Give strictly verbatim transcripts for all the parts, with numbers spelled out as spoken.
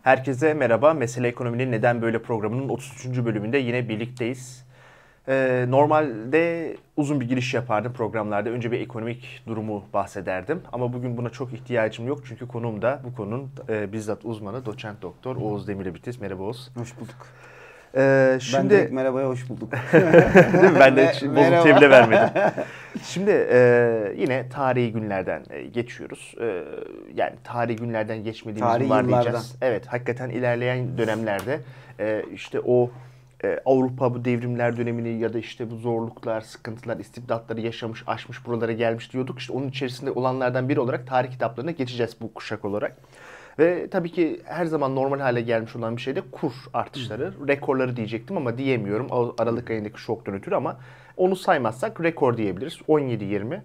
Herkese merhaba. Mesele Ekonomi'nin Neden Böyle programının otuz üçüncü bölümünde yine birlikteyiz. Ee, normalde uzun bir giriş yapardım programlarda. Önce bir ekonomik durumu bahsederdim. Ama bugün buna çok ihtiyacım yok. Çünkü konuğum da bu konunun e, bizzat uzmanı doçent doktor Oğuz Demirelbitiz. Merhaba Oğuz. Hoş bulduk. Ee, şimdi... Ben direkt merhabaya hoş bulduk. Değil mi? Ben de bozuntuya bile vermedim. Şimdi e, yine tarihi günlerden e, geçiyoruz. E, yani tarihi günlerden geçmediğimiz Tarihi var yıllardan. diyeceğiz. Evet, hakikaten ilerleyen dönemlerde e, işte o e, Avrupa bu devrimler dönemini ya da işte bu zorluklar, sıkıntılar, istibdatları yaşamış, aşmış, buralara gelmiş diyorduk. İşte onun içerisinde olanlardan biri olarak tarih kitaplarına geçeceğiz bu kuşak olarak. Ve tabii ki her zaman normal hale gelmiş olan bir şey de kur artışları. Hı. Rekorları diyecektim ama diyemiyorum. Aralık ayındaki şoktan ötürü ama onu saymazsak rekor diyebiliriz. on yedi yirmi.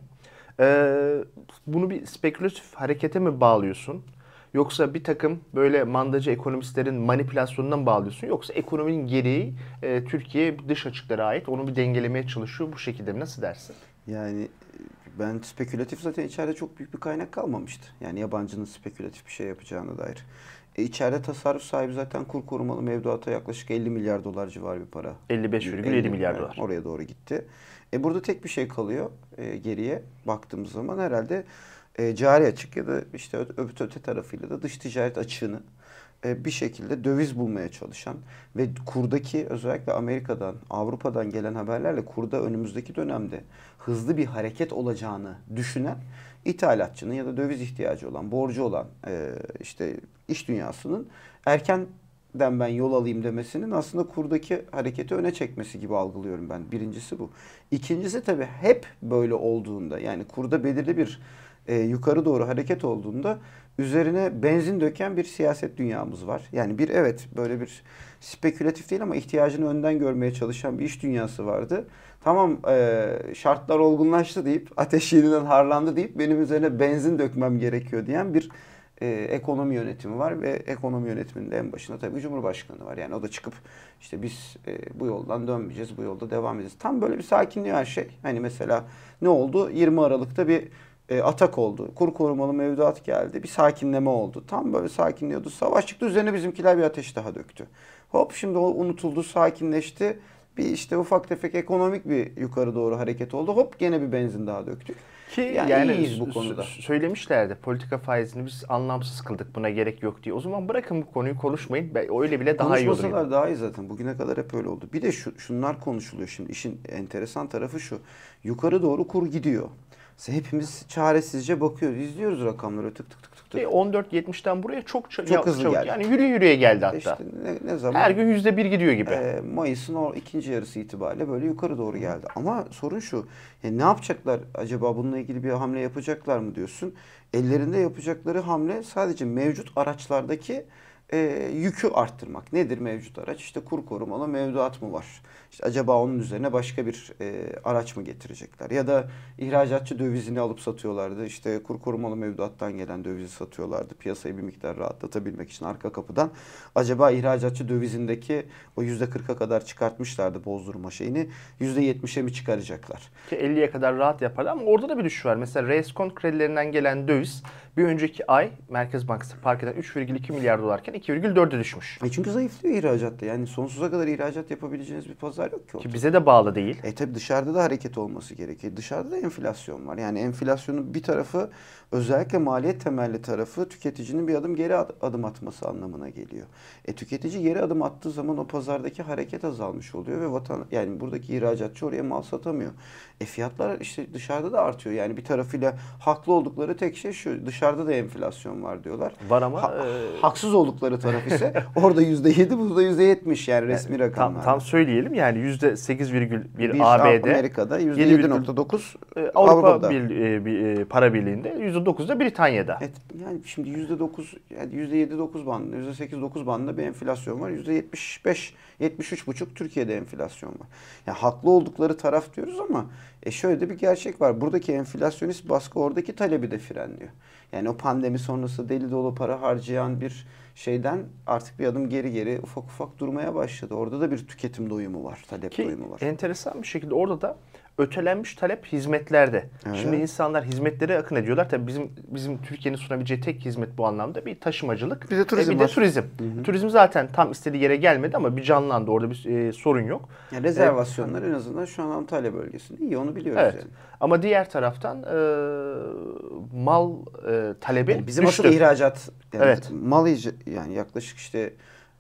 Ee, bunu bir spekülatif harekete mi bağlıyorsun? Yoksa bir takım böyle mandacı ekonomistlerin manipülasyonundan mı bağlıyorsun? Yoksa ekonominin gereği e, Türkiye dış açıklara ait. Onu bir dengelemeye çalışıyor bu şekilde mi? Nasıl dersin? Yani ben spekülatif zaten içeride çok büyük bir kaynak kalmamıştı. Yani yabancının spekülatif bir şey yapacağına dair. E içeride tasarruf sahibi zaten kur korumalı mevduata yaklaşık elli milyar dolar civarı bir para. elli beş virgül yedi milyar dolar. Oraya doğru gitti. E burada tek bir şey kalıyor e, geriye baktığımız zaman herhalde e, cari açık ya da işte öbür öte tarafıyla da dış ticaret açığını e, bir şekilde döviz bulmaya çalışan ve kurdaki özellikle Amerika'dan, Avrupa'dan gelen haberlerle kurda önümüzdeki dönemde hızlı bir hareket olacağını düşünen ithalatçının ya da döviz ihtiyacı olan, borcu olan e, işte iş dünyasının erkenden ben yol alayım demesinin aslında kurdaki hareketi öne çekmesi gibi algılıyorum ben. Birincisi bu. İkincisi tabii hep böyle olduğunda yani kurda belirli bir e, yukarı doğru hareket olduğunda üzerine benzin döken bir siyaset dünyamız var. Yani bir evet böyle bir spekülatif değil ama ihtiyacını önden görmeye çalışan bir iş dünyası vardı. Tamam e, şartlar olgunlaştı deyip ateş yeniden harlandı deyip benim üzerine benzin dökmem gerekiyor diyen bir e, ekonomi yönetimi var ve ekonomi yönetiminin de en başında tabii Cumhurbaşkanı var. Yani o da çıkıp işte biz e, bu yoldan dönmeyeceğiz, bu yolda devam edeceğiz. Tam böyle bir sakinliği her şey. Hani mesela ne oldu? yirmi Aralık'ta bir e, atak oldu. Kur korumalı mevduat geldi. Bir sakinleme oldu. Tam böyle sakinliyordu. Savaş çıktı. Üzerine bizimkiler bir ateş daha döktü. Hop şimdi o unutuldu, sakinleşti. Bir işte ufak tefek ekonomik bir yukarı doğru hareket oldu. Hop gene bir benzin daha döktük. Ki yani, yani iyiyiz bu konuda. Söylemişlerdi politika faizini biz anlamsız kıldık buna gerek yok diye. O zaman bırakın bu konuyu konuşmayın. Öyle bile daha iyi olur. Konuşmasalar daha iyi zaten. Bugüne kadar hep öyle oldu. Bir de şu, şunlar konuşuluyor şimdi. İşin enteresan tarafı şu. Yukarı doğru kur gidiyor. Hepimiz çaresizce bakıyoruz. İzliyoruz rakamları tık tık tık tık. tık. on dört yetmişten buraya çok çok, çok hızlı çabuk. geldi. Yani yürüye yürüye geldi hatta. İşte ne, ne zaman? Her gün yüzde bir gidiyor gibi. E, Mayıs'ın o ikinci yarısı itibariyle böyle yukarı doğru geldi. Ama sorun şu. Yani ne yapacaklar acaba bununla ilgili bir hamle yapacaklar mı diyorsun? Ellerinde yapacakları hamle sadece mevcut araçlardaki e, yükü arttırmak. Nedir mevcut araç? İşte kur korumalı mevduat mı var? İşte acaba onun üzerine başka bir e, araç mı getirecekler? Ya da ihracatçı dövizini alıp satıyorlardı. İşte kur korumalı mevduattan gelen dövizi satıyorlardı. Piyasayı bir miktar rahatlatabilmek için arka kapıdan. Acaba ihracatçı dövizindeki o yüzde kırka kadar çıkartmışlardı bozdurma şeyini. yüzde yetmişe mi çıkaracaklar? Ki elliye kadar rahat yaparlar ama orada da bir düşüş var. Mesela reskont kredilerinden gelen döviz bir önceki ay Merkez Bankası fark eden üç virgül iki milyar dolarken iki virgül dörde düşmüş. E çünkü zayıflıyor ihracatta. Yani sonsuza kadar ihracat yapabileceğiniz bir pazar yok ki orada. Ki bize de bağlı değil. E tabi dışarıda da hareket olması gerekiyor. Dışarıda da enflasyon var. Yani enflasyonun bir tarafı özellikle maliyet temelli tarafı tüketicinin bir adım geri adım atması anlamına geliyor. E tüketici geri adım attığı zaman o pazardaki hareket azalmış oluyor ve vatan yani buradaki ihracatçı oraya mal satamıyor. E fiyatlar işte dışarıda da artıyor. Yani bir tarafıyla haklı oldukları tek şey şu. Dışarıda da enflasyon var diyorlar. Var ama ha, e... haksız oldukları taraf ise orada yüzde yedi, burada yüzde yetmiş yani resmi yani, rakamlar. Tam, tam söyleyelim yani yüzde sekiz virgül bir bir A B D, Amerika'da yüzde yedi nokta dokuz Avrupa Avrupa'da. Bir, e, para Birliği'nde yüzde dokuz da Britanya'da. Evet, yani şimdi yüzde dokuz yani yüzde yedi dokuz bandında, yüzde sekiz dokuz bandında bir enflasyon var. yüzde yetmiş beş yetmiş üç buçuk Türkiye'de enflasyon var. Yani haklı oldukları taraf diyoruz ama e şöyle de bir gerçek var. Buradaki enflasyonist baskı oradaki talebi de frenliyor. Yani o pandemi sonrası deli dolu para harcayan bir şeyden artık bir adım geri geri ufak ufak durmaya başladı. Orada da bir tüketim doyumu var, talep Ki doyumu var. Enteresan bir şekilde orada da ötelenmiş talep hizmetlerde. Evet. Şimdi insanlar hizmetlere akın ediyorlar. Tabii bizim bizim Türkiye'nin sunabileceği tek hizmet bu anlamda bir taşımacılık. Bir de turizm e, bir de var. turizm. Hı hı. Turizm zaten tam istediği yere gelmedi ama bir canlandı. Orada bir e, sorun yok. Yani rezervasyonlar en azından şu an Antalya bölgesinde iyi, onu biliyoruz Evet. yani. Ama diğer taraftan e, mal e, talebi Yani bizim düştü. asıl ihracat, yani Evet. mal ic- yani yaklaşık işte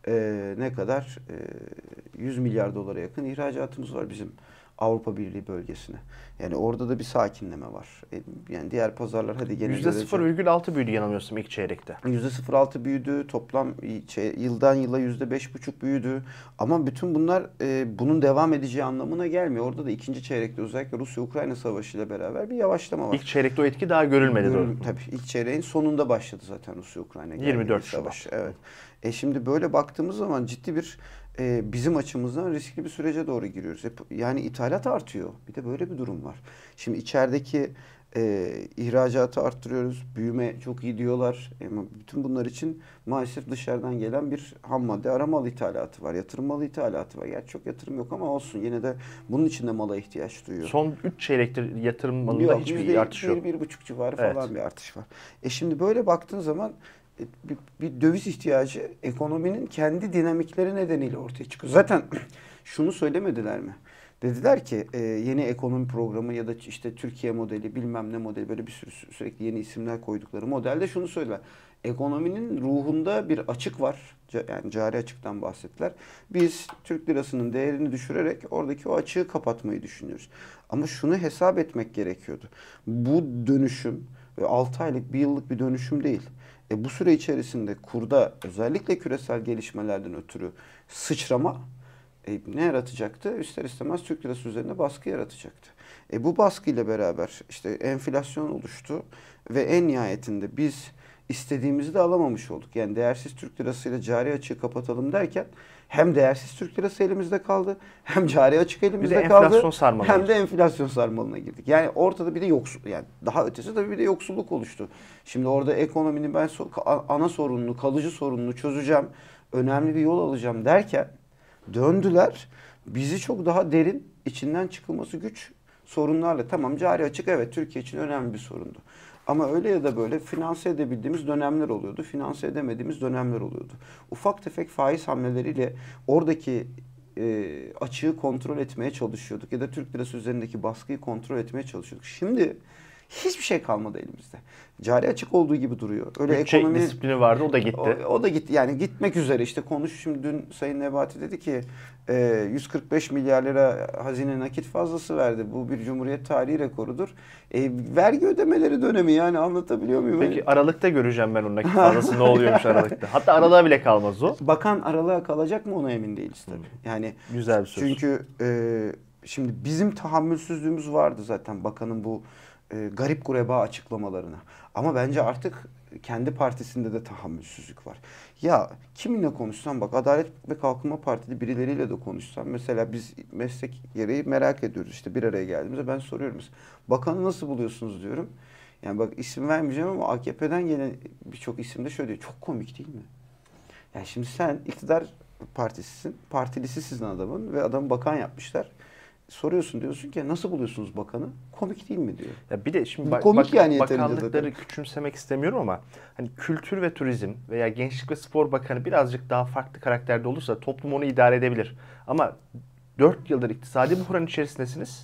e, ne kadar e, yüz milyar dolara yakın ihracatımız var bizim Avrupa Birliği bölgesine. Yani orada da bir sakinleme var. E, yani diğer pazarlar hadi gene yüzde sıfır virgül altı büyüdü yanılmıyorsam ilk çeyrekte. yüzde sıfır virgül altı büyüdü. Toplam şey, yıldan yıla yüzde beş buçuk büyüdü. Ama bütün bunlar e, bunun devam edeceği anlamına gelmiyor. Orada da ikinci çeyrekte özellikle Rusya-Ukrayna savaşı ile beraber bir yavaşlama var. İlk çeyrekte o etki daha görülmedi. Görül- Doğru. Tabii ilk çeyreğin sonunda başladı zaten Rusya-Ukrayna yirmi dört savaşı. Şubat. Evet. E şimdi böyle baktığımız zaman ciddi bir e, bizim açımızdan riskli bir sürece doğru giriyoruz. Hep, yani ithalat artıyor. Bir de böyle bir durum var. Şimdi içerideki e, ihracatı arttırıyoruz. Büyüme çok iyi diyorlar. Ama bütün bunlar için maalesef dışarıdan gelen bir ham madde ara mal ithalatı var. Yatırım malı ithalatı var. Gerçi çok yatırım yok ama olsun. Yine de bunun için de mala ihtiyaç duyuyor. Son üç çeyrektir yatırım malında Yok, hiçbir yüzde artış yok. bir, bir buçuk civarı Evet. falan bir artış var. E şimdi böyle baktığın zaman e, bir, bir döviz ihtiyacı ekonominin kendi dinamikleri nedeniyle ortaya çıkıyor. Zaten şunu söylemediler mi? Dediler ki e, yeni ekonomi programı ya da işte Türkiye modeli bilmem ne modeli, böyle bir sürü sü- sürekli yeni isimler koydukları modelde şunu söylediler. Ekonominin ruhunda bir açık var. Ca- Yani cari açıktan bahsettiler. Biz Türk lirasının değerini düşürerek oradaki o açığı kapatmayı düşünüyoruz. Ama şunu hesap etmek gerekiyordu. Bu dönüşüm ve altı aylık bir yıllık bir dönüşüm değil. E bu süre içerisinde kurda özellikle küresel gelişmelerden ötürü sıçrama e, ne yaratacaktı? İster istemez Türk lirası üzerinde baskı yaratacaktı. E bu baskıyla beraber işte enflasyon oluştu ve en nihayetinde biz istediğimizi de alamamış olduk. Yani değersiz Türk lirasıyla cari açığı kapatalım derken hem değersiz Türk lirası elimizde kaldı, hem cari açık elimizde kaldı, enflasyon sarmalına hem de enflasyon sarmalına girdik. Yani ortada bir de yoksul, yani daha ötesi tabii bir de yoksulluk oluştu. Şimdi orada ekonominin ben so- ana sorununu, kalıcı sorununu çözeceğim, önemli bir yol alacağım derken döndüler. Bizi çok daha derin, içinden çıkılması güç sorunlarla. Tamam, cari açık evet Türkiye için önemli bir sorundu. Ama öyle ya da böyle finanse edebildiğimiz dönemler oluyordu. Finanse edemediğimiz dönemler oluyordu. Ufak tefek faiz hamleleriyle oradaki e, açığı kontrol etmeye çalışıyorduk. Ya da Türk lirası üzerindeki baskıyı kontrol etmeye çalışıyorduk. Şimdi hiçbir şey kalmadı elimizde. Cari açık olduğu gibi duruyor. Öyle Bütçe ekonomi disiplini vardı, o da gitti. o, o da gitti. Yani gitmek üzere işte konuş. Şimdi dün Sayın Nebati dedi ki e, yüz kırk beş milyar lira hazine nakit fazlası verdi. Bu bir Cumhuriyet tarihi rekorudur. E, vergi ödemeleri dönemi, yani anlatabiliyor muyum? Peki Aralık'ta göreceğim ben onun nakit fazlası ne oluyormuş Aralık'ta. Hatta Aralık'a bile kalmaz o. Bakan aralığa kalacak mı ona emin değiliz tabii. Yani Güzel bir söz. çünkü e, şimdi bizim tahammülsüzlüğümüz vardı zaten bakanın bu e, garip gureba açıklamalarına. Ama bence artık kendi partisinde de tahammülsüzlük var. Ya kiminle konuşsam, bak Adalet ve Kalkınma Partili birileriyle de konuşsam, mesela biz meslek gereği merak ediyoruz, işte bir araya geldiğimizde ben soruyorum mesela, bakanı nasıl buluyorsunuz diyorum. Yani bak isim vermeyeceğim ama A K P'den gelen birçok isim de şöyle diyor, çok komik değil mi? Yani şimdi sen iktidar partisisin, partilisi sizin adamın ve adamı bakan yapmışlar. Soruyorsun, diyorsun ki nasıl buluyorsunuz bakanı? Komik değil mi diyor. Ya bir de şimdi Bu bak, komik bak- yani yeterince bakanlıkları zaten. küçümsemek istemiyorum ama hani Kültür ve Turizm veya Gençlik ve Spor Bakanı birazcık daha farklı karakterde olursa toplum onu idare edebilir. Ama dört yıldır iktisadi buhran içerisindesiniz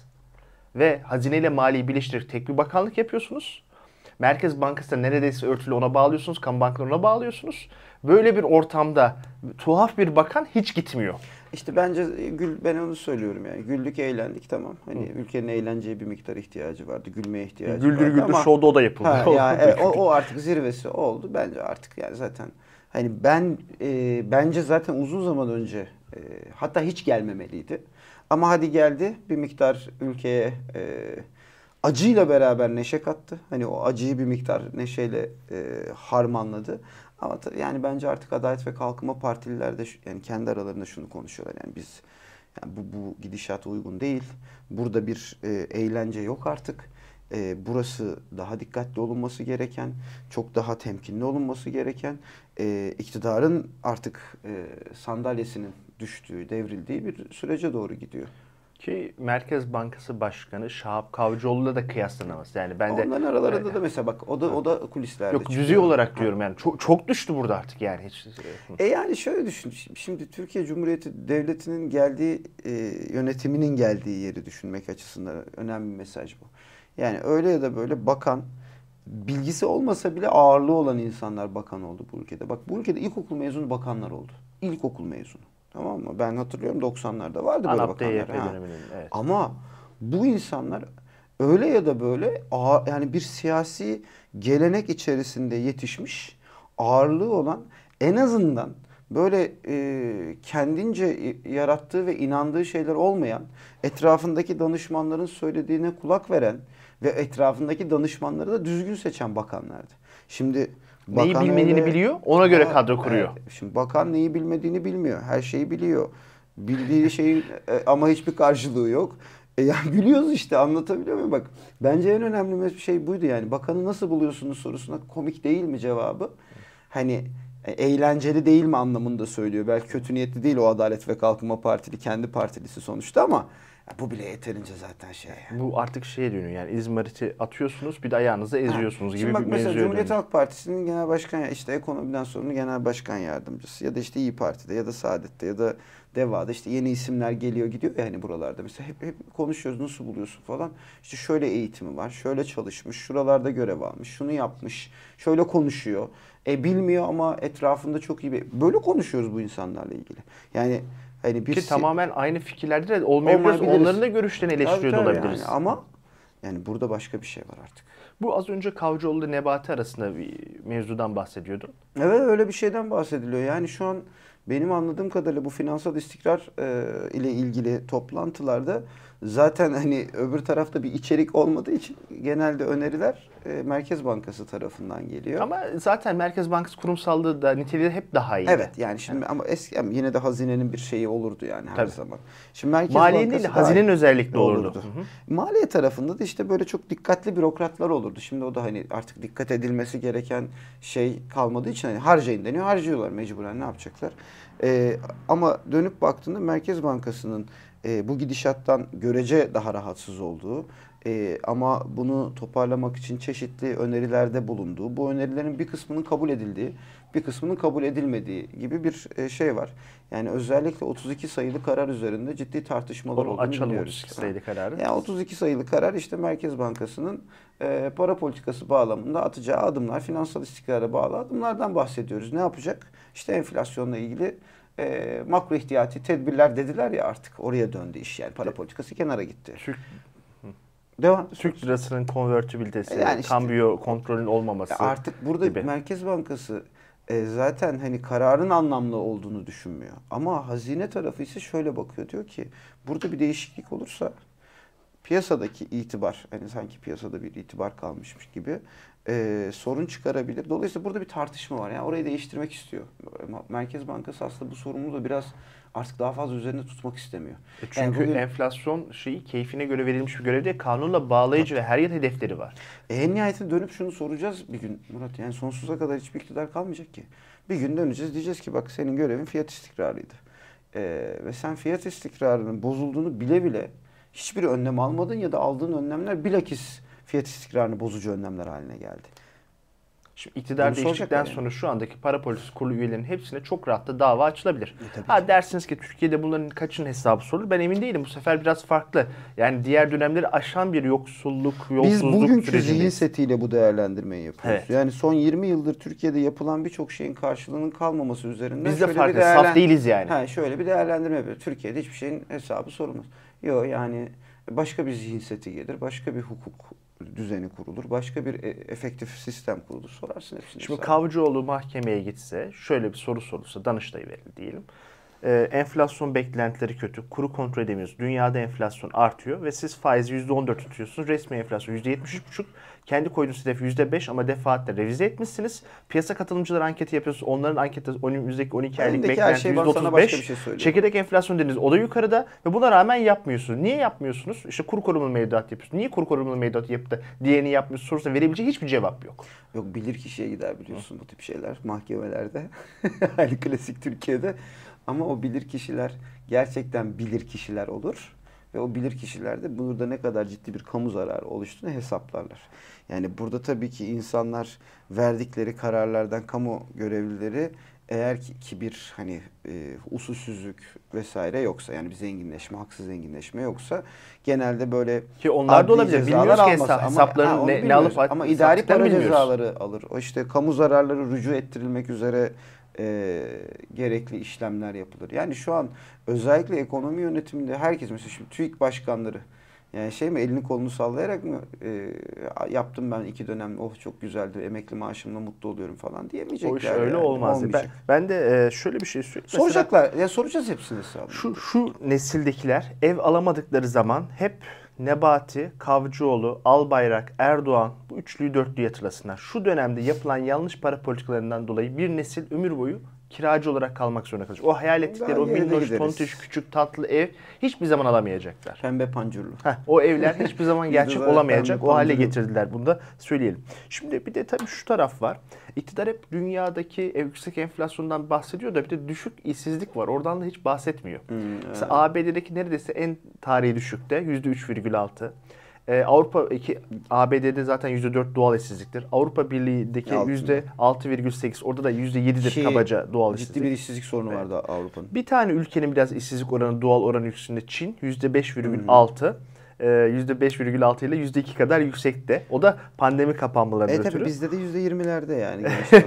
ve Hazine ile Maliyeyi birleştirerek tek bir bakanlık yapıyorsunuz. Merkez Bankası da neredeyse örtülü, ona bağlıyorsunuz, kamu bankalarına ona bağlıyorsunuz. Böyle bir ortamda tuhaf bir bakan hiç gitmiyor. İşte bence gül, ben onu söylüyorum yani. Güldük, eğlendik, tamam. Hani ülkenin eğlenceye bir miktar ihtiyacı vardı. Gülmeye ihtiyacı Güldür vardı güldür ama şovda o da yapıldı. ha, yani, evet, o, o artık zirvesi oldu. Bence artık yani zaten hani ben e, bence zaten uzun zaman önce e, hatta hiç gelmemeliydi. Ama hadi geldi, bir miktar ülkeye e, acıyla beraber neşe kattı. Hani o acıyı bir miktar neşeyle e, harmanladı. Ama ta- yani bence artık Adalet ve Kalkınma Partililer de şu- yani kendi aralarında şunu konuşuyorlar. Yani biz yani bu, bu gidişata uygun değil. Burada bir e, eğlence yok artık. E, burası daha dikkatli olunması gereken, çok daha temkinli olunması gereken, e, iktidarın artık e, sandalyesinin düştüğü, devrildiği bir sürece doğru gidiyor. Ki Merkez Bankası Başkanı Şahap Kavcıoğlu'yla da kıyaslanamaz. Yani ben de Onların aralarında e, da mesela bak o da o da kulislerde yok çıkıyor. düzey olarak diyorum yani çok çok düştü burada artık yani hiç. E yani şöyle düşün. Şimdi Türkiye Cumhuriyeti Devleti'nin geldiği, e, yönetiminin geldiği yeri düşünmek açısından önemli bir mesaj bu. Yani öyle ya da böyle bakan, bilgisi olmasa bile ağırlığı olan insanlar bakan oldu bu ülkede. Bak bu ülkede ilkokul mezunu bakanlar oldu. İlkokul mezunu. Tamam mı? Ben hatırlıyorum doksanlarda vardı böyle ANAP bakanlar. D Y P Ha. döneminin evet. Ama bu insanlar öyle ya da böyle ağır, yani bir siyasi gelenek içerisinde yetişmiş, ağırlığı olan, en azından böyle e, kendince yarattığı ve inandığı şeyler olmayan, etrafındaki danışmanların söylediğine kulak veren ve etrafındaki danışmanları da düzgün seçen bakanlardı. Şimdi Neyi bakan bilmediğini öyle, biliyor, ona göre Ha, kadro kuruyor. evet. Şimdi bakan neyi bilmediğini bilmiyor. Her şeyi biliyor. Bildiği şeyin e, ama hiçbir karşılığı yok. E yani gülüyoruz işte, anlatabiliyor muyum? Bak bence en önemli şey buydu yani. Bakanı nasıl buluyorsunuz sorusuna komik değil mi cevabı? Hani e, eğlenceli değil mi anlamında söylüyor. Belki kötü niyetli değil, o Adalet ve Kalkınma Partili kendi partilisi sonuçta, ama ya bu bile yeterince zaten şey. Yani. Bu artık şeye dönüyor yani İzmarit'i atıyorsunuz bir de ayağınıza eziyorsunuz Ha. gibi Şimdi bak bir mesela mevzuya Cumhuriyet dönüyor. Halk Partisi'nin genel başkan, işte ekonomiden sorumlu genel başkan yardımcısı, ya da işte İyi Parti'de ya da Saadet'te ya da DEVA'da işte yeni isimler geliyor gidiyor ya hani buralarda. Mesela hep, hep konuşuyoruz, nasıl buluyorsun falan. İşte şöyle eğitimi var, şöyle çalışmış, şuralarda görev almış, şunu yapmış, şöyle konuşuyor. E bilmiyor ama etrafında çok iyi bir... Böyle konuşuyoruz bu insanlarla ilgili. Yani hani bir... Ki si- tamamen aynı fikirlerde de olmayabiliriz. olmayabiliriz. Onların da görüşlerini Tabii eleştiriyor da tabii olabiliriz. yani, ama yani burada başka bir şey var artık. Bu az önce Kavcıoğlu ile Nebati arasında bir mevzudan bahsediyordun. Evet, öyle bir şeyden bahsediliyor. Yani şu an benim anladığım kadarıyla bu finansal istikrar e, ile ilgili toplantılarda zaten hani öbür tarafta bir içerik olmadığı için genelde öneriler e, Merkez Bankası tarafından geliyor. Ama zaten Merkez Bankası kurumsallığı da niteliği hep daha iyiydi. Evet yani şimdi ama eski ama yine de hazinenin bir şeyi olurdu yani her Tabii. zaman. Şimdi Merkez Maliyenin Bankası değil, daha hazinenin iyi özellikle olurdu. Hı hı. Maliye tarafında da işte böyle çok dikkatli bürokratlar olurdu. Şimdi o da hani artık dikkat edilmesi gereken şey kalmadığı için hani harcayın deniyor. Harcıyorlar mecburen, ne yapacaklar? Ee, ama dönüp baktığında Merkez Bankası'nın e, bu gidişattan görece daha rahatsız olduğu, e, ama bunu toparlamak için çeşitli önerilerde bulunduğu, bu önerilerin bir kısmının kabul edildiği, bir kısmının kabul edilmediği gibi bir e, şey var. Yani özellikle otuz iki sayılı karar üzerinde ciddi tartışmalar Onu olduğunu açalım biliyoruz. otuz iki sayılı kararı. Yani otuz iki sayılı karar işte Merkez Bankası'nın e, para politikası bağlamında atacağı adımlar, finansal istikrara bağlı adımlardan bahsediyoruz. Ne yapacak? İşte enflasyonla ilgili e, makro ihtiyati tedbirler dediler ya, artık oraya döndü iş, yani para politikası kenara gitti. Türk Devam. Türk lirasının konvertibilitesi, Yani işte- kambiyo kontrolünün olmaması Ya artık burada gibi. Merkez Bankası e, zaten hani kararın anlamlı olduğunu düşünmüyor. Ama hazine tarafı ise şöyle bakıyor, diyor ki burada bir değişiklik olursa piyasadaki itibar, hani sanki piyasada bir itibar kalmışmış gibi e, sorun çıkarabilir. Dolayısıyla burada bir tartışma var. Yani orayı değiştirmek istiyor. Merkez Bankası aslında bu sorumluluğu da biraz artık daha fazla üzerinde tutmak istemiyor. E Çünkü Yani bugün, enflasyon şeyi keyfine göre verilmiş bir görev değil, kanunla bağlayıcı ve her yıl hedefleri var. e, en nihayetinde dönüp şunu soracağız bir gün Murat. Yani sonsuza kadar hiçbir iktidar kalmayacak ki. Bir gün döneceğiz, diyeceğiz ki bak senin görevin fiyat istikrarıydı. E, ve sen fiyat istikrarının bozulduğunu bile bile hiçbir önlem almadın ya da aldığın önlemler bilakis fiyat istikrarını bozucu önlemler haline geldi. Şimdi iktidar Bunu soracaklar değiştikten yani. sonra şu andaki para politikası kurulu üyelerinin hepsine çok rahat da dava açılabilir. E, tabii ha ki. dersiniz ki Türkiye'de bunların kaçının hesabı sorulur? Ben emin değilim. Bu sefer biraz farklı. Yani diğer dönemleri aşan bir yoksulluk, Biz yolsuzluk bugünkü zihin sürecindeyiz. setiyle bu değerlendirmeyi yapıyoruz. Evet. Yani son yirmi yıldır Türkiye'de yapılan birçok şeyin karşılığının kalmaması üzerinden Biz de şöyle bir farklı, değerlen- saf değiliz yani. Ha, şöyle bir değerlendirme yapıyoruz. Türkiye'de hiçbir şeyin hesabı sorulmaz. Yok yani başka bir zihin seti gelir, başka bir hukuk düzeni kurulur, başka bir e- efektif sistem kurulur. Sorarsın hepsini. Şimdi hesabı. Kavcıoğlu mahkemeye gitse, şöyle bir soru sorulsa, Danıştay verildi diyelim. Ee, enflasyon beklentileri kötü, kuru kontrol edemiyoruz. Dünyada enflasyon artıyor ve siz faizi yüzde on dört tutuyorsunuz. Resmi enflasyon yüzde yetmiş üç buçuk. Kendi koyduğunuz hedef yüzde beş ama defaatle revize etmişsiniz. Piyasa katılımcıları anketi yapıyorsunuz. Onların anketi önümüzdeki on iki aylık Önündeki her beklenti şey yüzde bana sana otuz başka bir beş. şey söylüyor. Çekirdek enflasyon dediniz, o da yukarıda ve buna rağmen yapmıyorsunuz. Niye yapmıyorsunuz? İşte kur korumalı mevduat yapıyorsunuz. Niye kur korumalı mevduat yapıp da diğerini yapmıyorsunuz sorusuna verebileceği hiçbir cevap yok. Yok, bilir kişiye gider biliyorsun bu tip şeyler mahkemelerde. Aynı klasik Türkiye'de. Ama o bilir kişiler gerçekten bilir kişiler olur. ve o bilirkişiler de burada ne kadar ciddi bir kamu zararı oluştuğunu hesaplarlar. Yani burada tabii ki insanlar verdikleri kararlardan kamu görevlileri eğer ki, ki bir hani e, usulsüzlük vesaire yoksa yani bir zenginleşme, haksız zenginleşme yoksa genelde böyle ki onlar da olabilir. Bilmiyoruz ki hesap, hesapların ha, ne, ne alıp ama idari para bilmiyoruz. cezaları alır. O işte kamu zararları rücu ettirilmek üzere e, gerekli işlemler yapılır. Yani şu an özellikle ekonomi yönetiminde herkes mesela şimdi TÜİK başkanları yani şey mi elini kolunu sallayarak mı e, yaptım ben iki dönem oh çok güzeldi emekli maaşımla mutlu oluyorum falan diyemeyecekler. O iş öyle yani. olmaz. Ben, ben de e, şöyle bir şey söyleyeyim. Soracaklar. Ya soracağız hepsini hesabını. Şu, şu nesildekiler ev alamadıkları zaman hep Nebati, Kavcıoğlu, Albayrak, Erdoğan bu üçlüyü dörtlüyü hatırlasınlar. Şu dönemde yapılan yanlış para politikalarından dolayı bir nesil ömür boyu kiracı olarak kalmak zorunda kalacak. O hayal ettikleri Daha o geride minnoş, gideriz. tontiş, küçük, tatlı ev hiçbir zaman alamayacaklar. Pembe pancurlu. Heh, o evler hiçbir zaman gerçek Bizde olamayacak. pembe O hale pancurlu. getirdiler. Bunu da söyleyelim. Şimdi bir de tabii şu taraf var. İktidar hep dünyadaki yüksek enflasyondan bahsediyor da bir de düşük işsizlik var. Oradan da hiç bahsetmiyor. Hmm, Mesela A B D'deki neredeyse en tarihi düşükte yüzde üç virgül altı. Ee, Avrupa iki A B D'de zaten yüzde dört doğal işsizliktir. Avrupa Birliği'deki yüzde altı virgül sekiz. Orada da yüzde yedidir Şey, kabaca doğal işsizlik. Ciddi bir işsizlik sorunu Evet. vardı Avrupa'nın. Bir tane ülkenin biraz işsizlik oranı doğal oranı üstünde Çin yüzde beş virgül altı. yüzde beş virgül altı ile yüzde iki kadar yüksekte. O da pandemi kapanmalarından E ötürü. tabii bizde de yüzde yirmilerde yani.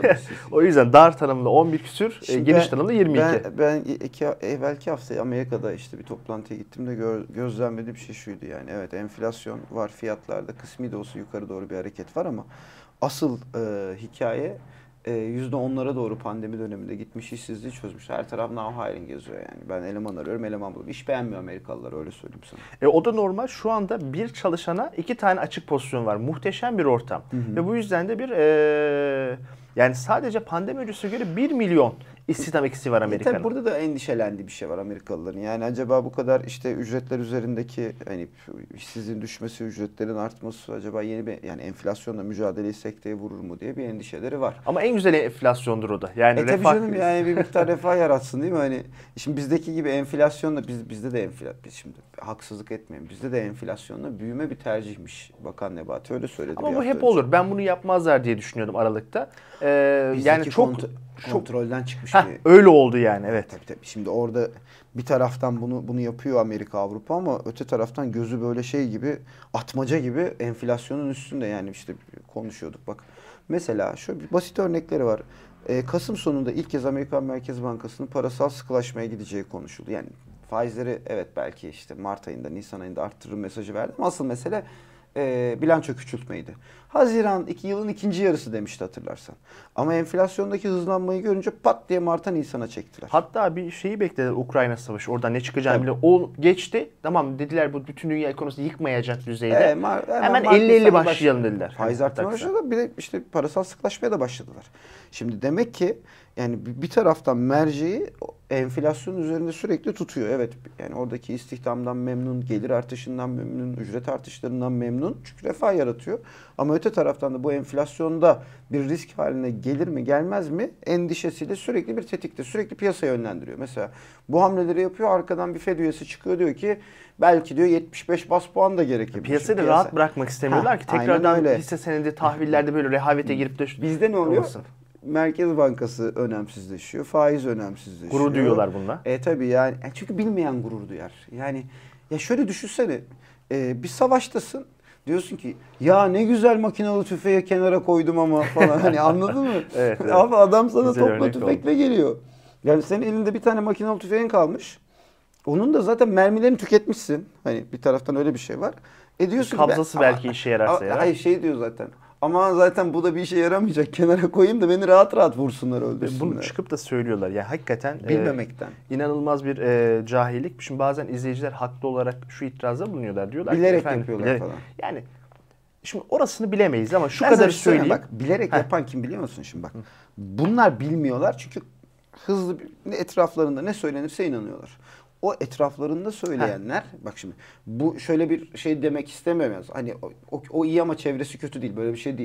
O yüzden dar tanımlı on bir küsür, Şimdi geniş ben- tanımlı yirmi iki. Ben, ben iki, evvelki hafta Amerika'da işte bir toplantıya gittim de gör, gözlemlediğim şey şuydu yani. Evet enflasyon var fiyatlarda kısmi de olsa yukarı doğru bir hareket var ama asıl e, hikaye e, yüzde onlara doğru pandemi döneminde gitmiş işsizliği çözmüş. Her taraf now hiring geziyor yani. Ben eleman arıyorum eleman buluyorum. İş beğenmiyor Amerikalılar öyle söyleyeyim sana. E, o da normal. Şu anda bir çalışana iki tane açık pozisyon var. Muhteşem bir ortam. Ve bu yüzden de bir e, yani sadece pandemi öncesine göre bir milyon istihdam eksiği var E Amerika'nın. tabii burada da endişelendiği bir şey var Amerikalıların. Yani acaba bu kadar işte ücretler üzerindeki hani işsizliğin düşmesi, ücretlerin artması acaba yeni bir yani enflasyonla mücadeleyi sekteye vurur mu diye bir endişeleri var. Ama en güzel enflasyondur o da. Yani E tabii refah canım yani bir miktar refah yaratsın değil mi? Hani şimdi bizdeki gibi enflasyonla biz bizde de enflasyon biz şimdi haksızlık etmeyelim. Bizde de enflasyonla büyüme bir tercihmiş. Bakan Nebati öyle söyledi. Ama bir bu hafta hep önce. olur. Ben bunu yapmazlar diye düşünüyordum Aralık'ta. Ee, Bizdeki yani çok kont- çok kontrolden çıkmış Heh, bir öyle oldu yani evet. Tabii tabii. Şimdi orada bir taraftan bunu bunu yapıyor Amerika, Avrupa ama öte taraftan gözü böyle şey gibi atmaca gibi enflasyonun üstünde yani işte konuşuyorduk bak. Mesela şöyle bir basit örnekleri var. Ee, Kasım sonunda ilk kez Amerikan Merkez Bankası'nın parasal sıkılaşmaya gideceği konuşuldu. Yani faizleri evet belki işte Mart ayında, Nisan ayında arttırır mesajı verdi ama asıl mesele e, bilanço küçültmeydi. Haziran iki yılın ikinci yarısı demişti hatırlarsan. Ama enflasyondaki hızlanmayı görünce pat diye Mart'a Nisan'a çektiler. Hatta bir şeyi beklediler Ukrayna Savaşı. Oradan ne çıkacağını Tabii. bile. O geçti. Tamam dediler bu bütün dünya ekonomisini yıkmayacak düzeyde. E, Mar- hemen Mart, elli elli Nisan'a başlayalım baş- dediler. Faiz Hani artmaya taksa. başladı. Bir de işte parasal sıklaşmaya da başladılar. Şimdi demek ki yani bir bir taraftan merceği enflasyon üzerinde sürekli tutuyor. Evet yani oradaki istihdamdan memnun, gelir artışından memnun, ücret artışlarından memnun. Çünkü refah yaratıyor. Ama öte taraftan da bu enflasyonda bir risk haline gelir mi gelmez mi endişesiyle sürekli bir tetikte, sürekli piyasaya yönlendiriyor. Mesela bu hamleleri yapıyor arkadan bir Fed üyesi çıkıyor diyor ki belki diyor yetmiş beş bas puan da gerekebilir. Piyasayı da Piyasa- rahat bırakmak istemiyorlar Ha, ki aynen tekrardan öyle. hisse senedi tahvillerde böyle rehavete girip de Bizde ne oluyor? olmasın. Merkez Bankası önemsizleşiyor, faiz önemsizleşiyor. Gurur duyuyorlar bununla. E tabii yani e, çünkü bilmeyen gurur duyar. Yani ya şöyle düşünsene e, bir savaştasın diyorsun ki ya ne güzel makinalı tüfeği kenara koydum ama falan hani anladın mı? Evet, evet. Abi adam sana Güzel topla örnek tüfekle geliyor. Yani senin elinde bir tane makinalı tüfeğin kalmış. Onun da zaten mermilerini tüketmişsin. Hani bir taraftan öyle bir şey var. E diyorsun ki Kabzası ben- belki Ama- işe yararsa Ama- yarar. Hayır şey diyor zaten. Ama zaten bu da bir işe yaramayacak. Kenara koyayım da beni rahat rahat vursunlar, öldürsünler. Bunu çıkıp da söylüyorlar. Yani hakikaten e, Bilmemekten. inanılmaz bir e, cahillik. Şimdi bazen izleyiciler haklı olarak şu itirazda bulunuyorlar. Diyorlar ki, Bilerek efendim, yapıyorlar bilerek- falan. Yani şimdi orasını bilemeyiz ama şu Ben sana kadar bir şey söyleyeyim. söyleyeyim. Bak bilerek Heh. yapan kim biliyor musun şimdi bak. Bunlar bilmiyorlar çünkü hızlı bir, ne etraflarında ne söylenirse inanıyorlar. O etraflarında söyleyenler bak şimdi bu şöyle bir şey demek istemiyorum. Yani. Hani o, o, o iyi ama çevresi kötü değil, böyle bir şey değil.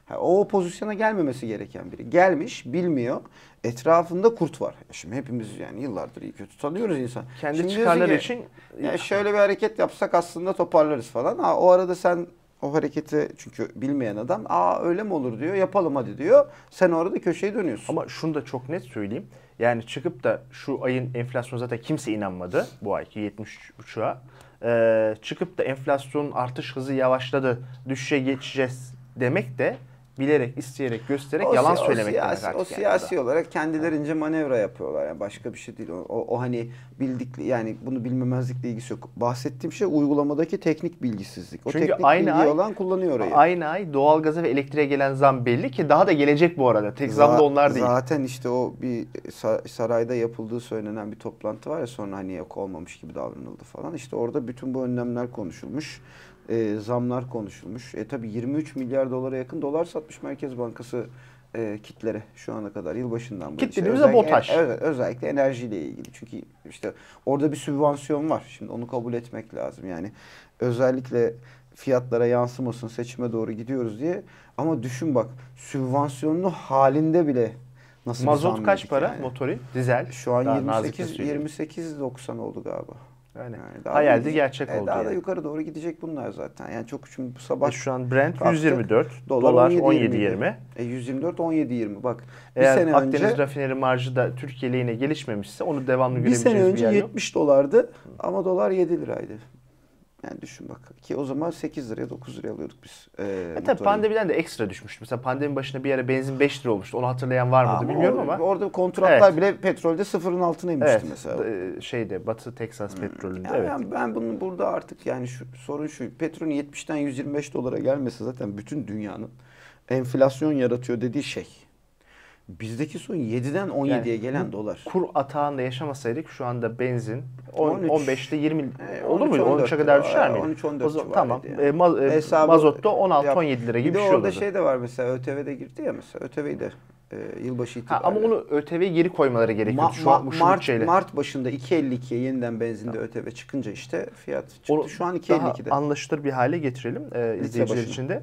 Ha, o pozisyona gelmemesi gereken biri. Gelmiş, bilmiyor. Etrafında kurt var. Şimdi hepimiz yani yıllardır iyi kötü tanıyoruz insan. Kendi Şimdi çıkarları diyorsun ki, için ya şöyle bir hareket yapsak aslında toparlarız falan. Ha, o arada sen o hareketi çünkü bilmeyen adam aa öyle mi olur diyor. Yapalım hadi diyor. Sen orada köşeyi dönüyorsun. ama şunu da çok net söyleyeyim. Yani çıkıp da şu ayın enflasyonu zaten kimse inanmadı. Bu ayki yetmiş buçuğa. Ee, çıkıp da enflasyonun artış hızı yavaşladı, düşüşe geçeceğiz demek de bilerek, isteyerek, göstererek O yalan si- o söylemek demek siyasi, artık o yani siyasi bu da. olarak kendilerince manevra yapıyorlar. Yani başka bir şey değil. O, o, o hani bildikli yani bunu bilmemezlikle ilgisi yok. Bahsettiğim şey uygulamadaki teknik bilgisizlik. O Çünkü teknik aynı bilgiyi ay olan kullanıyor orayı. aynı ay doğalgaza ve elektriğe gelen zam belli ki daha da gelecek bu arada. Tek zam da Za- onlar değil. Zaten işte o bir sa- sarayda yapıldığı söylenen bir toplantı var ya sonra hani yok olmamış gibi davranıldı falan. İşte orada bütün bu önlemler konuşulmuş. E, zamlar konuşulmuş. E tabii yirmi üç milyar dolara yakın dolar satmış Merkez Bankası e, kitlere şu ana kadar yılbaşından bu yana. Kit dediğimizde BOTAŞ. Evet, özellikle enerjiyle ilgili. Çünkü işte orada bir sübvansiyon var. Şimdi onu kabul etmek lazım. Yani özellikle fiyatlara yansımasın seçime doğru gidiyoruz diye. Ama düşün bak sübvansiyonlu halinde bile nasıl bir Mazot zam kaç yedik para? yani. Motorin, dizel. Şu an Daha yirmi nazik de sekiz söyleyeyim. yirmi sekiz doksan oldu galiba. Yani, Yani daha da hayalde gidecek. gerçek E, oldu daha yani. da yukarı doğru gidecek bunlar zaten. Yani çok çünkü bu E sabah şu an Brent kalktık, yüz yirmi dört, dolar dolar on yedi on yedi yirmi. yirmi. E yüz yirmi dört on yedi yirmi bak. Bir Eğer sene Akdeniz önce rafineri marjı da Türkiye lehine gelişmemişse onu devamlı bir sene görebileceğiz bir önce yer yok. yetmiş dolardı ama dolar yedi liraydı. Yani düşün bak ki o zaman sekiz liraya dokuz liraya alıyorduk biz. E, E tabii motorini. pandemiden de ekstra düşmüştü. Mesela pandemi başında bir ara benzin beş lira olmuştu. Onu hatırlayan var mıydı Ama bilmiyorum o- ama. orada kontratlar Evet. bile petrolde sıfırın altına inmişti Evet. mesela. e, Şeyde Batı Teksas petrolünde. Yani Evet. ben, ben bunu burada artık yani şu sorun şu petrolün yetmişten yüz yirmi beş dolara gelmesi zaten bütün dünyanın enflasyon yaratıyor dediği şey. Bizdeki son yediden on yediye Yani gelen bu dolar. Kur atağında yaşamasaydık şu anda benzin on, on üç, on beşte yirmi E, olur muydu? on üç, on üçe kadar on dört düşer miydi? on üç on dört O zaman civarıydı tamam. yani. E, ma, e, Hesabı mazotta on altı yap. on yedi lira gibi Bir bir de şey orada olurdu. şey de var mesela ÖTV'de girdi ya mesela ÖTV'yi de e, yılbaşı Ha, itibariyle. ama onu ÖTV'yi geri koymaları gerekiyor Ma- şu an ma- bu şu Mart, bütçeyle. Mart başında iki elli ikiye yeniden benzinde ÖTV çıkınca işte fiyat çıktı. Onu Şu an iki daha elli ikide. anlaşılır bir hale getirelim e, izleyiciler başına. için de.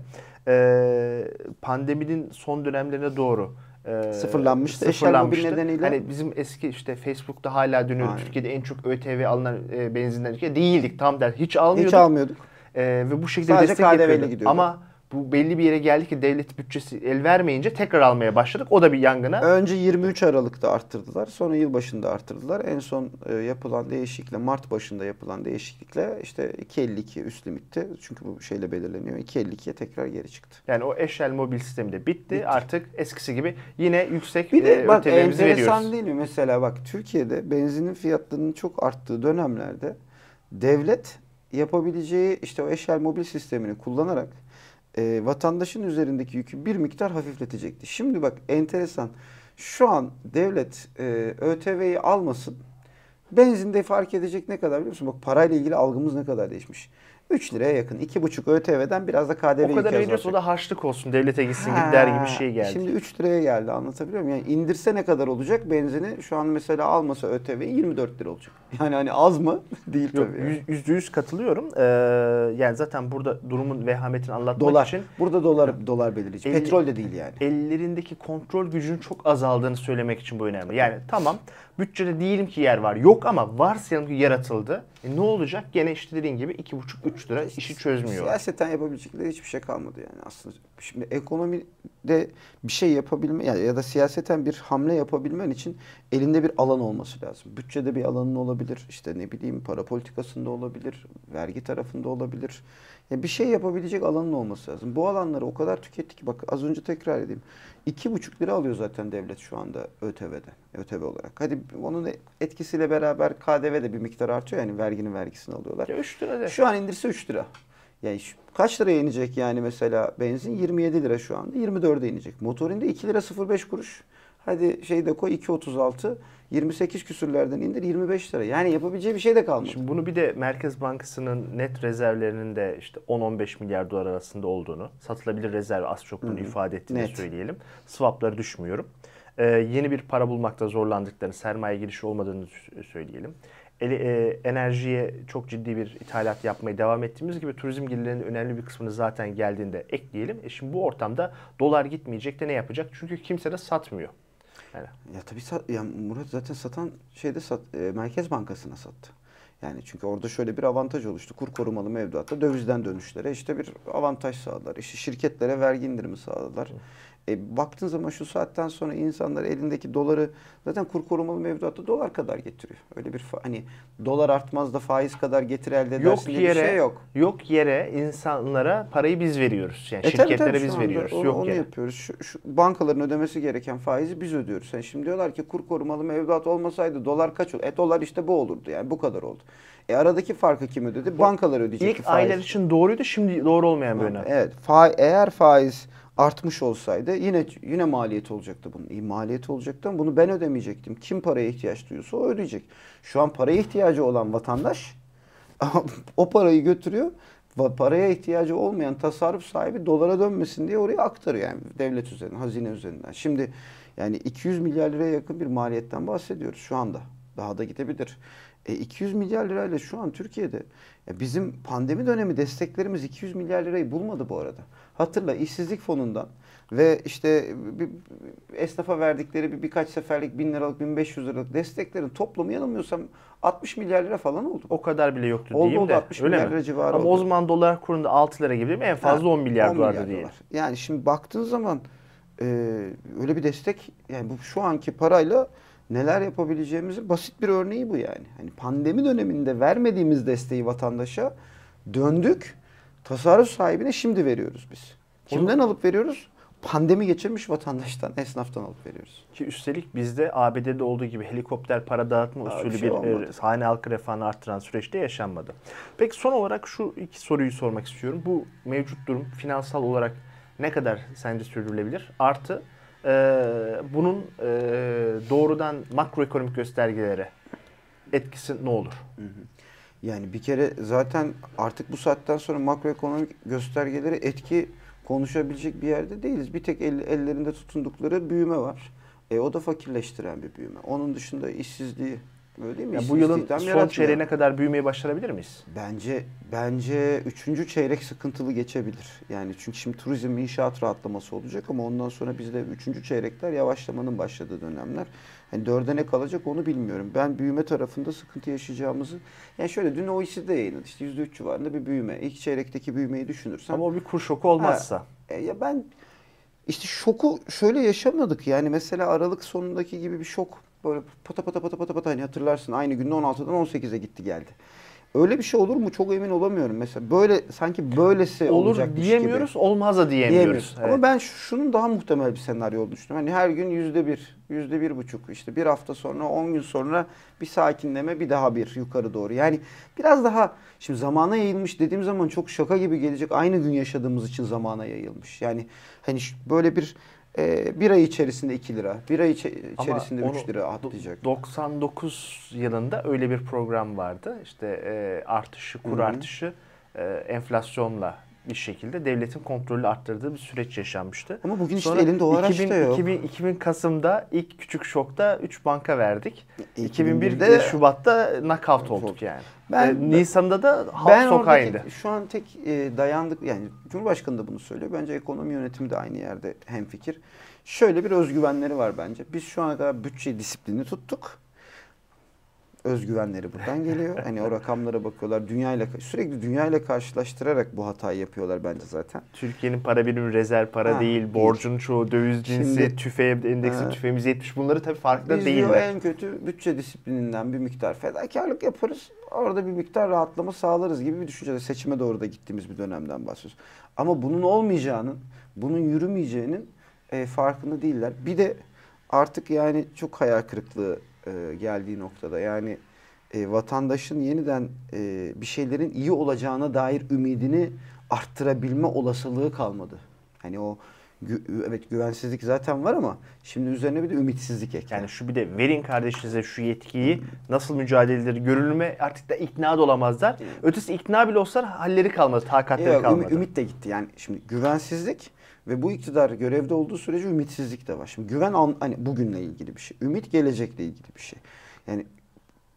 E, pandeminin son dönemlerine doğru e, Sıfırlanmıştı. Eşel mobil nedeniyle. Hani bizim eski işte Facebook'ta hala dönüyor. Aynen. Türkiye'de en çok ÖTV alınan e, benzinden ülke değildik. Tam der. Hiç almıyorduk. Hiç almıyorduk. E, ve bu şekilde Sadece destek K D V'li yapıyordu. gidiyordu. Ama bu belli bir yere geldi ki devlet bütçesi el vermeyince tekrar almaya başladık. O da bir yangına. Önce yirmi üç Aralık'ta arttırdılar. Sonra yılbaşında arttırdılar. En son e, yapılan değişiklikle Mart başında yapılan değişiklikle işte iki elli iki üst limitti. Çünkü bu şeyle belirleniyor. iki elli ikiye tekrar geri çıktı. Yani o eşel mobil sistemi de bitti. Bitti. Artık eskisi gibi yine yüksek Bir de e, bak ÖTV'mizi enteresan veriyoruz. değil mi? Mesela bak Türkiye'de benzinin fiyatlarının çok arttığı dönemlerde devlet yapabileceği işte o eşel mobil sistemini kullanarak e, vatandaşın üzerindeki yükü bir miktar hafifletecekti. Şimdi bak enteresan. Şu an devlet e, ÖTV'yi almasın. Benzinde fark edecek ne kadar biliyor musun? Bak parayla ilgili algımız ne kadar değişmiş. üç liraya yakın. iki buçuk ÖTV'den biraz da K D V O kadar yükü veriyorsa o azalacak. da harçlık olsun, devlete gitsin gibi der gibi bir şey geldi. Şimdi üç liraya geldi anlatabiliyor muyum? Yani indirse ne kadar olacak benzini? Şu an mesela almasa ÖTV'yi yirmi dört lira olacak. Yani hani az mı? Değil Yok, tabii. Yani. yüz- yüzde yüz katılıyorum. Ee, yani zaten burada durumun vehametini anlatmak Dolar. için Burada dolar dolar belirleyici. elli- Petrol de değil yani. ellerindeki kontrol gücünün çok azaldığını söylemek için bu önemli. Yani tamam bütçede diyelim ki yer var. Yok ama varsayalım ki yaratıldı. E ne olacak? Gene işte dediğin gibi iki buçuk üç lira işi çözmüyor. Siyaseten yapabilecekleri hiçbir şey kalmadı yani aslında. Şimdi ekonomide bir şey yapabilme yani ya da siyaseten bir hamle yapabilmen için elinde bir alan olması lazım. Bütçede bir alanın olabilir. İşte ne bileyim para politikasında olabilir. Vergi tarafında olabilir. Yani bir şey yapabilecek alanın olması lazım. Bu alanları o kadar tükettik ki bak az önce tekrar edeyim. iki buçuk lira alıyor zaten devlet şu anda ÖTV'de. ÖTV olarak. Hadi onun etkisiyle beraber K D V de bir miktar artıyor yani verginin vergisini alıyorlar. Ya üç lira de. Şu an indirse üç lira. Yani şu- kaç liraya inecek yani mesela benzin? yirmi yedi lira şu anda. yirmi dörde inecek. Motorinde iki lira sıfır beş kuruş. Hadi şey de koy iki otuz altı. yirmi sekiz küsürlerden indir yirmi beş lira. Yani yapabileceği bir şey de kalmadı. Şimdi bunu bir de Merkez Bankası'nın net rezervlerinin de işte on on beş milyar dolar arasında olduğunu, satılabilir rezerv az çok bunu Hı hı. ifade ettiğini Net. söyleyelim. Swap'ları düşmüyorum. Ee, yeni bir para bulmakta zorlandıklarını, sermaye girişi olmadığını söyleyelim. ele, e, enerjiye çok ciddi bir ithalat yapmaya devam ettiğimiz gibi turizm gelirlerinin önemli bir kısmını zaten geldiğinde ekleyelim. E şimdi bu ortamda dolar gitmeyecek de ne yapacak? Çünkü kimse de satmıyor. Yani. Ya tabii sat, ya Murat zaten satan şeyde sat, e, Merkez Bankası'na sattı. Yani çünkü orada şöyle bir avantaj oluştu. Kur korumalı mevduatta dövizden dönüşlere işte bir avantaj sağladılar. İşte şirketlere vergi indirimi sağladılar. E, baktığın zaman şu saatten sonra insanlar elindeki doları zaten kur korumalı mevduatta dolar kadar getiriyor. Öyle bir fa- hani dolar artmaz da faiz kadar getir elde edersin Yok diye yere, bir şey yok. Yok yere insanlara parayı biz veriyoruz. Yani E tabii şirketlere tabii şu biz anda veriyoruz. onu, Yok onu yere. yapıyoruz. Şu, şu bankaların ödemesi gereken faizi biz ödüyoruz. Yani şimdi diyorlar ki kur korumalı mevduat olmasaydı dolar kaç olur? E dolar işte bu olurdu yani bu kadar oldu. E aradaki farkı kim ödedi? Bankalar ödeyecekti İlk faiz. aylar için doğruydu, şimdi doğru olmayan bir önem. Evet. Fa eğer faiz artmış olsaydı yine yine maliyet olacaktı bunun. İyi maliyet olacaktı ama bunu ben ödemeyecektim. Kim paraya ihtiyaç duyuyorsa o ödeyecek. Şu an paraya ihtiyacı olan vatandaş o parayı götürüyor. Paraya ihtiyacı olmayan tasarruf sahibi dolara dönmesin diye oraya aktarıyor yani devlet üzerinden, hazine üzerinden. Şimdi yani iki yüz milyar liraya yakın bir maliyetten bahsediyoruz şu anda. Daha da gidebilir. E iki yüz milyar lirayla şu an Türkiye'de ya bizim pandemi dönemi desteklerimiz iki yüz milyar lirayı bulmadı bu arada. Hatırla işsizlik fonundan ve işte bir, esnafa verdikleri bir birkaç seferlik bin liralık bin beş yüz liralık desteklerin toplamı yanılmıyorsam altmış milyar lira falan oldu. O kadar bile yoktu oldu, diyeyim oldu, de. altmış Öyle milyar mi? lira civarı Ama oldu. o zaman dolar kurunda altı lira gibi en fazla ha, on milyar on dolardı milyar diye. Dolar. Yani şimdi baktığın zaman e, öyle bir destek yani bu şu anki parayla neler yapabileceğimizin basit bir örneği bu yani. Hani pandemi döneminde vermediğimiz desteği vatandaşa döndük. Tasarruf sahibine şimdi veriyoruz biz. Kimden Onu... alıp veriyoruz? Pandemi geçirmiş vatandaştan, esnaftan alıp veriyoruz. Ki üstelik bizde A B D'de olduğu gibi helikopter para dağıtma Aa, usulü bir, şey bir hane halkı refahını arttıran süreçte yaşanmadı. Peki son olarak şu iki soruyu sormak istiyorum. Bu mevcut durum finansal olarak ne kadar sence sürdürülebilir? Artı e, bunun e, doğrudan makroekonomik göstergelere etkisi ne olur? Hı hı. Yani bir kere zaten artık bu saatten sonra makroekonomik göstergeleri etki konuşabilecek bir yerde değiliz. Bir tek el, ellerinde tutundukları büyüme var. E, o da fakirleştiren bir büyüme. Onun dışında işsizliği öyle değil mi? Ya bu yılın son çeyreğine kadar büyümeyi başarabilir miyiz? Bence bence üçüncü çeyrek sıkıntılı geçebilir. Yani çünkü şimdi turizm inşaat rahatlaması olacak ama ondan sonra bizde üçüncü çeyrekler yavaşlamanın başladığı dönemler. Yani dörde ne kalacak onu bilmiyorum. Ben büyüme tarafında sıkıntı yaşayacağımızı... Yani şöyle dün O E C D yayınladı. İşte yüzde üç civarında bir büyüme. İlk çeyrekteki büyümeyi düşünürsem... Ama o bir kur şoku olmazsa. Ha, e, ya ben işte şoku şöyle yaşamadık. Yani mesela Aralık sonundaki gibi bir şok. Böyle pata pata pata pata pata hani hatırlarsın aynı günde on altıdan on sekize gitti geldi. Öyle bir şey olur mu? Çok emin olamıyorum. Mesela böyle sanki böylesi olur olacakmış diyemiyoruz, gibi. olmaz da diyemiyoruz. diyemiyoruz. Evet. Ama ben şunun daha muhtemel bir senaryo olduğunu düşünüyorum. Hani her gün yüzde bir, yüzde bir buçuk, işte bir hafta sonra, on gün sonra bir sakinleme, bir daha bir yukarı doğru. Yani biraz daha şimdi zamana yayılmış dediğim zaman çok şaka gibi gelecek. Aynı gün yaşadığımız için zamana yayılmış. Yani hani böyle bir e, bir ay içerisinde iki lira, bir ay içerisinde üç lira atlayacak. doksan dokuz yılında öyle bir program vardı. İşte e, artışı, kur Hı-hı. artışı e, enflasyonla bir şekilde devletin kontrolü arttırdığı bir süreç yaşanmıştı. Ama bugün Sonra işte elinde o araç da yok. iki bin, iki bin Kasım'da ilk küçük şokta üç banka verdik. iki bin bir Şubat'ta knockout olduk yani. Ben, ee, Nisan'da da halk sokağa indi. Şu an tek e, dayandık yani Cumhurbaşkanı da bunu söylüyor. Bence ekonomi yönetimi de aynı yerde hemfikir. Şöyle bir özgüvenleri var bence. Biz şu ana kadar bütçe disiplini tuttuk. Özgüvenleri buradan geliyor. Hani o rakamlara bakıyorlar. Dünyayla sürekli dünyayla karşılaştırarak bu hatayı yapıyorlar bence zaten. Türkiye'nin para birimi rezerv para ha, değil. Borcun çoğu döviz cinsi, Şimdi, tüfe endeksi, e, tüfemiz yetmiş. Bunları tabii farkında biz değiller. Biz en kötü bütçe disiplininden bir miktar fedakarlık yaparız. Orada bir miktar rahatlama sağlarız gibi bir düşünce. Seçime doğru da gittiğimiz bir dönemden bahsediyoruz. Ama bunun olmayacağının, bunun yürümeyeceğinin e, farkında değiller. Bir de artık yani çok hayal kırıklığı e, geldiği noktada yani e, vatandaşın yeniden e, bir şeylerin iyi olacağına dair ümidini arttırabilme olasılığı kalmadı. Hani o gü, evet güvensizlik zaten var ama şimdi üzerine bir de ümitsizlik ekler. Yani şu bir de verin kardeşinize şu yetkiyi hmm. nasıl mücadele edilir görülme artık da ikna da olamazlar. Hmm. Ötesi ikna bile olsalar halleri kalmadı, takatleri Yok, kalmadı. Ümit de gitti yani şimdi güvensizlik ve bu iktidar görevde olduğu sürece ümitsizlik de var. Şimdi güven hani bugünle ilgili bir şey. Ümit gelecekle ilgili bir şey. Yani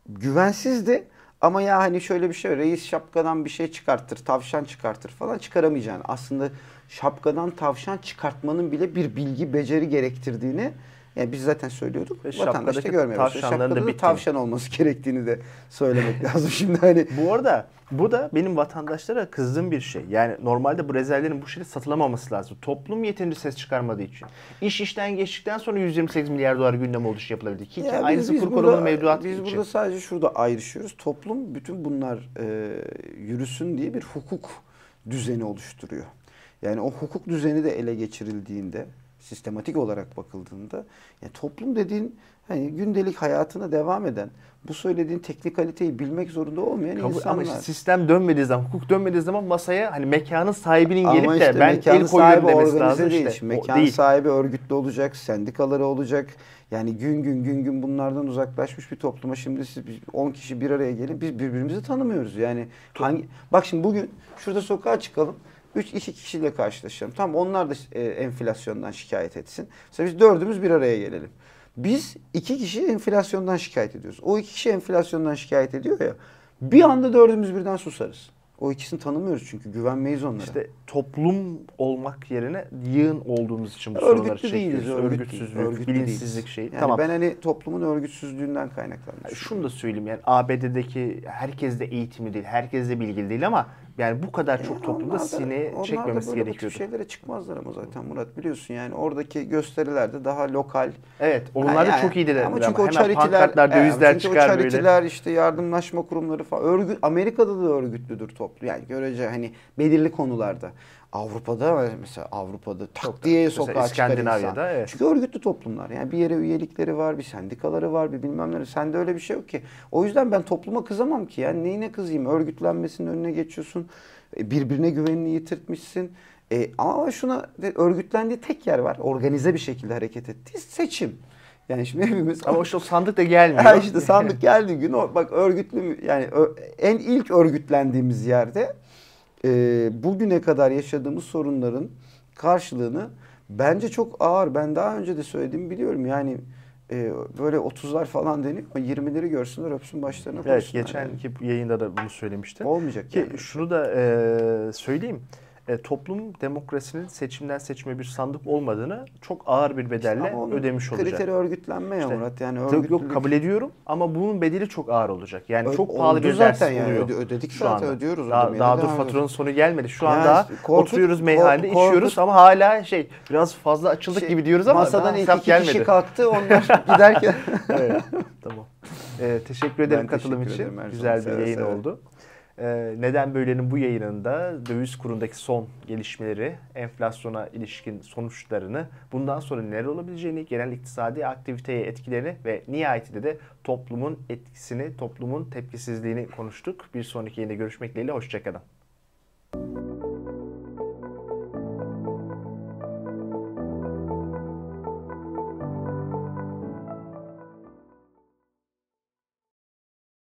güvensizdi. Ama ya hani şöyle bir şey var, reis şapkadan bir şey çıkartır, tavşan çıkartır falan, çıkaramayacaksın. Aslında şapkadan tavşan çıkartmanın bile bir bilgi, beceri gerektirdiğini yani biz zaten söylüyorduk. Ve Vatandaş da şapkadaki görmüyor. Mesela tavşanların da şapkada da bittiğini. tavşan olması gerektiğini de söylemek lazım şimdi hani. Bu arada bu da benim vatandaşlara kızdığım bir şey. Yani normalde bu rezervlerin bu şekilde satılamaması lazım. Toplum yeterince ses çıkarmadığı için. İş işten geçtikten sonra yüz yirmi sekiz milyar dolar gündem olduğu için yapılabildi. Ki, ki Ya aynısı biz kur burada- korumalı mevduat Biz için. burada sadece şurada ayrışıyoruz. Toplum bütün bunlar e, yürüsün diye bir hukuk düzeni oluşturuyor. Yani o hukuk düzeni de ele geçirildiğinde, sistematik olarak bakıldığında, yani toplum dediğin hani gündelik hayatına devam eden, bu söylediğin teknikaliteyi bilmek zorunda olmayan Kabul, insanlar. ama işte sistem dönmediği zaman, hukuk dönmediği zaman masaya hani mekanın sahibinin Ama gelip işte de ben mekanın el koyuyorum sahibi demesi organize lazım. değil. İşte. Şimdi O mekan değil. sahibi örgütlü olacak, sendikaları olacak. Yani gün gün gün gün bunlardan uzaklaşmış bir topluma şimdi siz on kişi bir araya gelin, biz birbirimizi tanımıyoruz. Yani hangi bak şimdi bugün şurada sokağa çıkalım. Üç iki kişiyle karşılaşalım. Tamam, onlar da e, enflasyondan şikayet etsin. Mesela biz dördümüz bir araya gelelim. Biz iki kişi enflasyondan şikayet ediyoruz. O iki kişi enflasyondan şikayet ediyor ya. Bir anda dördümüz birden susarız. O ikisini tanımıyoruz çünkü güvenmeyiz onlara. İşte toplum olmak yerine yığın olduğumuz için bu Örgütlü sorunları çekiyoruz. değiliz, örgütlü- Örgütsüzlük, örgütlü bilinçsizlik değiliz. şeyi. Yani Tamam. ben hani toplumun örgütsüzlüğünden kaynaklanmış. Şunu da söyleyeyim, yani A B D'deki herkes de eğitimli değil, herkes de bilgili değil ama yani bu kadar çok toplumda sineye çekmemesi Onlar da böyle bu tip gerekiyordu. şeylere çıkmazlar ama zaten Murat, biliyorsun yani oradaki gösterilerde daha lokal. Evet, onlar da Yani- çok iyiydi. Ama çünkü o hemen charitiler, pankartlar, evet, dövizler çünkü o çıkar böyle. charitiler işte yardımlaşma kurumları falan. Örgüt, Amerika'da da örgütlüdür toplu. Yani görece hani belirli konularda. Avrupa'da mesela Avrupa'da tak diye Mesela sokağa çıkar İskandinavya'da, insan. evet. Çünkü örgütlü toplumlar. Yani bir yere üyelikleri var, bir sendikaları var, bir bilmem ne. Sende öyle bir şey yok ki. O yüzden ben topluma kızamam ki. Yani neyine kızayım? Örgütlenmesinin önüne geçiyorsun. E, Birbirine güvenini yitirtmişsin. E, ama şuna de, örgütlendiği tek yer var. Organize bir şekilde hareket ettiği seçim. Yani şimdi hepimiz Ama işte o sandık da gelmiyor. Ha işte sandık geldiği gün o bak örgütlü mü- yani ö- en ilk örgütlendiğimiz yerde e, bugüne kadar yaşadığımız sorunların karşılığını bence çok ağır. Ben daha önce de söylediğimi biliyorum. Yani e, böyle otuzlar falan deniyor ama yirmileri görsünler, öpsün başlarına Evet, koysunlar. yani. geçenki yayında da bunu söylemiştim. Olmayacak Ki yani. şunu da e, söyleyeyim. E, toplum demokrasinin seçimden seçime bir sandık olmadığını çok ağır bir bedelle Ama onun ödemiş olacak. Kriteri örgütlenme ya İşte, Murat. Yani Tabii örgütlülük. yok, kabul ediyorum ama bunun bedeli çok ağır olacak. Yani Ö- çok pahalı oldu bir zaten ders yani. oluyor. Öde- ödedik şu zaten, anda. ödüyoruz, Daha, ödemeye daha de dur devam faturanın sonu gelmedi. Şu Ya anda işte korkut- oturuyoruz meyhanede kork- içiyoruz korkut- ama hala şey biraz fazla açıldık Şey, gibi diyoruz ama masadan daha ilk hesap iki gelmedi. kişi kalktı, onlar giderken. Evet, tamam. Ee, teşekkür ederim Ben katılım teşekkür için. ederim, her Güzel zaman bir seve yayın seve. oldu. Ee, Neden Böyle'nin bu yayınında döviz kurundaki son gelişmeleri, enflasyona ilişkin sonuçlarını, bundan sonra neler olabileceğini, genel iktisadi aktiviteye etkilerini ve nihayetinde de toplumun etkisini, toplumun tepkisizliğini konuştuk. Bir sonraki yayında görüşmek dileğiyle, hoşçakalın.